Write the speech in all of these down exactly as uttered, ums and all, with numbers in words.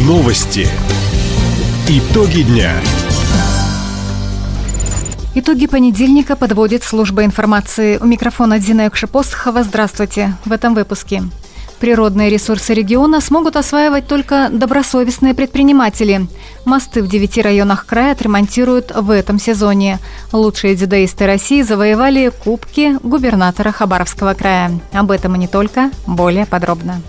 Новости. Итоги дня. Итоги понедельника подводит служба информации. У микрофона Дина Экшипосхова. Здравствуйте. В этом выпуске. Природные ресурсы региона смогут осваивать только добросовестные предприниматели. Мосты в девяти районах края отремонтируют в этом сезоне. Лучшие дзюдоисты России завоевали кубки губернатора Хабаровского края. Об этом и не только. Более подробно.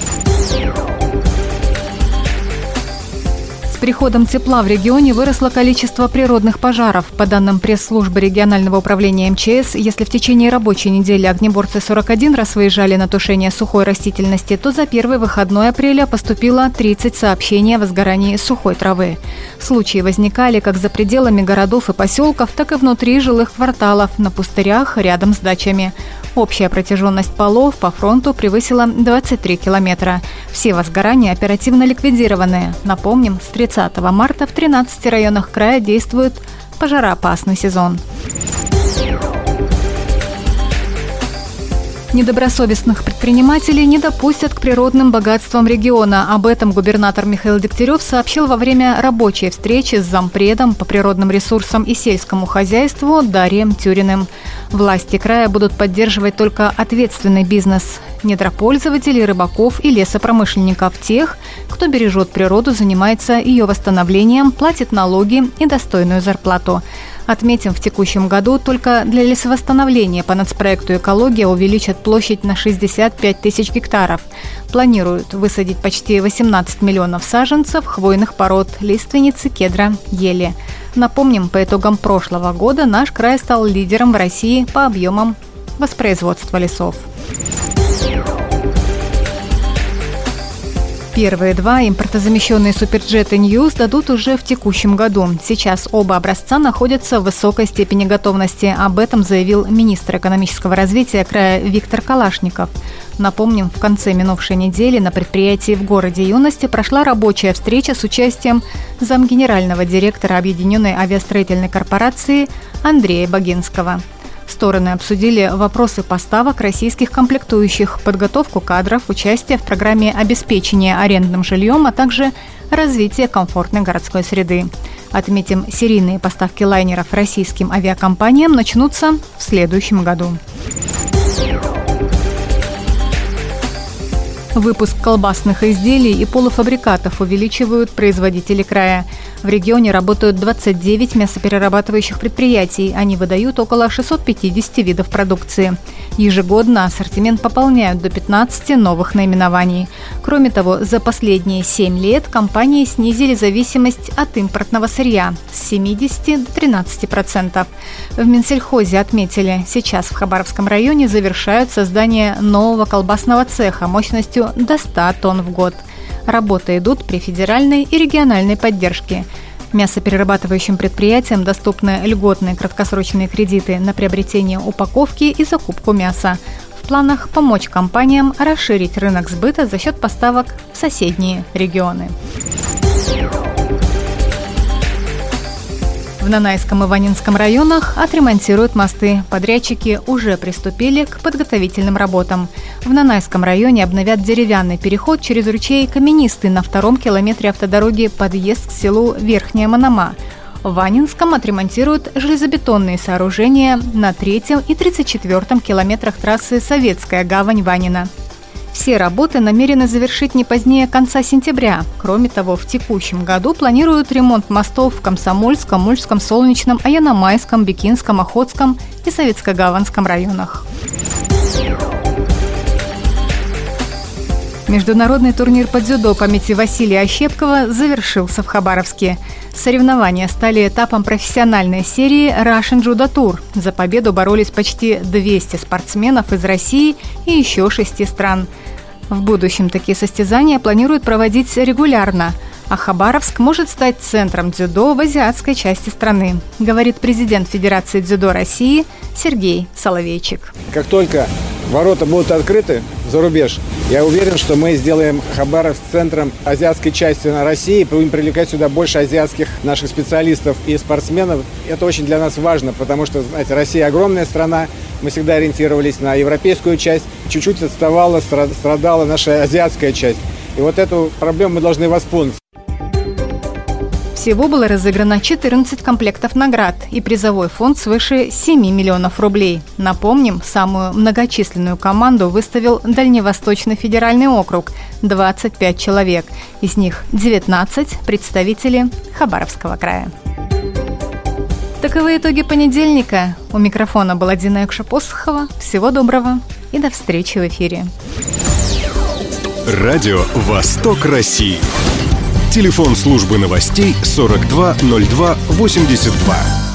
С приходом тепла в регионе выросло количество природных пожаров. По данным пресс-службы регионального управления эм че эс, если в течение рабочей недели огнеборцы сорок один раз выезжали на тушение сухой растительности, то за первый выходной апреля поступило тридцать сообщений о возгорании сухой травы. Случаи возникали как за пределами городов и поселков, так и внутри жилых кварталов, на пустырях рядом с дачами. Общая протяженность полов по фронту превысила двадцать три километра. Все возгорания оперативно ликвидированы. Напомним, с тридцатого марта в тринадцати районах края действует пожароопасный сезон. Недобросовестных предпринимателей не допустят к природным богатствам региона. Об этом губернатор Михаил Дегтярев сообщил во время рабочей встречи с зампредом по природным ресурсам и сельскому хозяйству Дарием Тюриным. Власти края будут поддерживать только ответственный бизнес недропользователей, рыбаков и лесопромышленников, тех, кто бережет природу, занимается ее восстановлением, платит налоги и достойную зарплату. Отметим, в текущем году только для лесовосстановления по нацпроекту «Экология» увеличат площадь на шестьдесят пять тысяч гектаров. Планируют высадить почти восемнадцать миллионов саженцев хвойных пород – лиственницы, кедра, ели. Напомним, по итогам прошлого года наш край стал лидером в России по объемам воспроизводства лесов. Первые два импортозамещенные суперджеты «Ньюс» дадут уже в текущем году. Сейчас оба образца находятся в высокой степени готовности. Об этом заявил министр экономического развития края Виктор Калашников. Напомним, в конце минувшей недели на предприятии в городе Юности прошла рабочая встреча с участием замгенерального директора Объединенной авиастроительной корпорации Андрея Богинского. Стороны обсудили вопросы поставок российских комплектующих, подготовку кадров, участие в программе обеспечения арендным жильем, а также развитие комфортной городской среды. Отметим, серийные поставки лайнеров российским авиакомпаниям начнутся в следующем году. Выпуск колбасных изделий и полуфабрикатов увеличивают производители края. В регионе работают двадцать девять мясоперерабатывающих предприятий. Они выдают около шестьсот пятьдесят видов продукции. Ежегодно ассортимент пополняют до пятнадцати новых наименований. Кроме того, за последние семь лет компании снизили зависимость от импортного сырья с семидесяти до тринадцати процентов. В Минсельхозе отметили, сейчас в Хабаровском районе завершают создание нового колбасного цеха мощностью до ста тонн в год. Работы идут при федеральной и региональной поддержке. Мясоперерабатывающим предприятиям доступны льготные краткосрочные кредиты на приобретение упаковки и закупку мяса. В планах помочь компаниям расширить рынок сбыта за счет поставок в соседние регионы. В Нанайском и Ванинском районах отремонтируют мосты. Подрядчики уже приступили к подготовительным работам. В Нанайском районе обновят деревянный переход через ручей Каменистый на втором километре автодороги подъезд к селу Верхняя Манама. В Ванинском отремонтируют железобетонные сооружения на третьем и тридцать четвёртом километрах трассы Советская гавань-Ванина. Все работы намерены завершить не позднее конца сентября. Кроме того, в текущем году планируют ремонт мостов в Комсомольском, Ульском, Солнечном, Аяномайском, Бикинском, Охотском и Советско-Гаванском районах. Международный турнир по дзюдо памяти Василия Ощепкова завершился в Хабаровске. Соревнования стали этапом профессиональной серии Russian Judo Tour. За победу боролись почти двести спортсменов из России и еще шести стран. В будущем такие состязания планируют проводить регулярно, а Хабаровск может стать центром дзюдо в азиатской части страны, говорит президент Федерации дзюдо России Сергей Соловейчик. Как только ворота будут открыты за рубеж, я уверен, что мы сделаем Хабаровск центром азиатской части России, будем привлекать сюда больше азиатских наших специалистов и спортсменов. Это очень для нас важно, потому что, знаете, Россия огромная страна, мы всегда ориентировались на европейскую часть, чуть-чуть отставала, страдала наша азиатская часть. И вот эту проблему мы должны восполнить. Всего было разыграно четырнадцать комплектов наград и призовой фонд свыше семи миллионов рублей. Напомним, самую многочисленную команду выставил Дальневосточный федеральный округ – двадцать пять человек. Из них девятнадцать – представители Хабаровского края. Таковы итоги понедельника. У микрофона была Дина Экша-Посохова. Всего доброго и до встречи в эфире. Радио «Восток России». Телефон службы новостей сорок два ноль два восемьдесят два.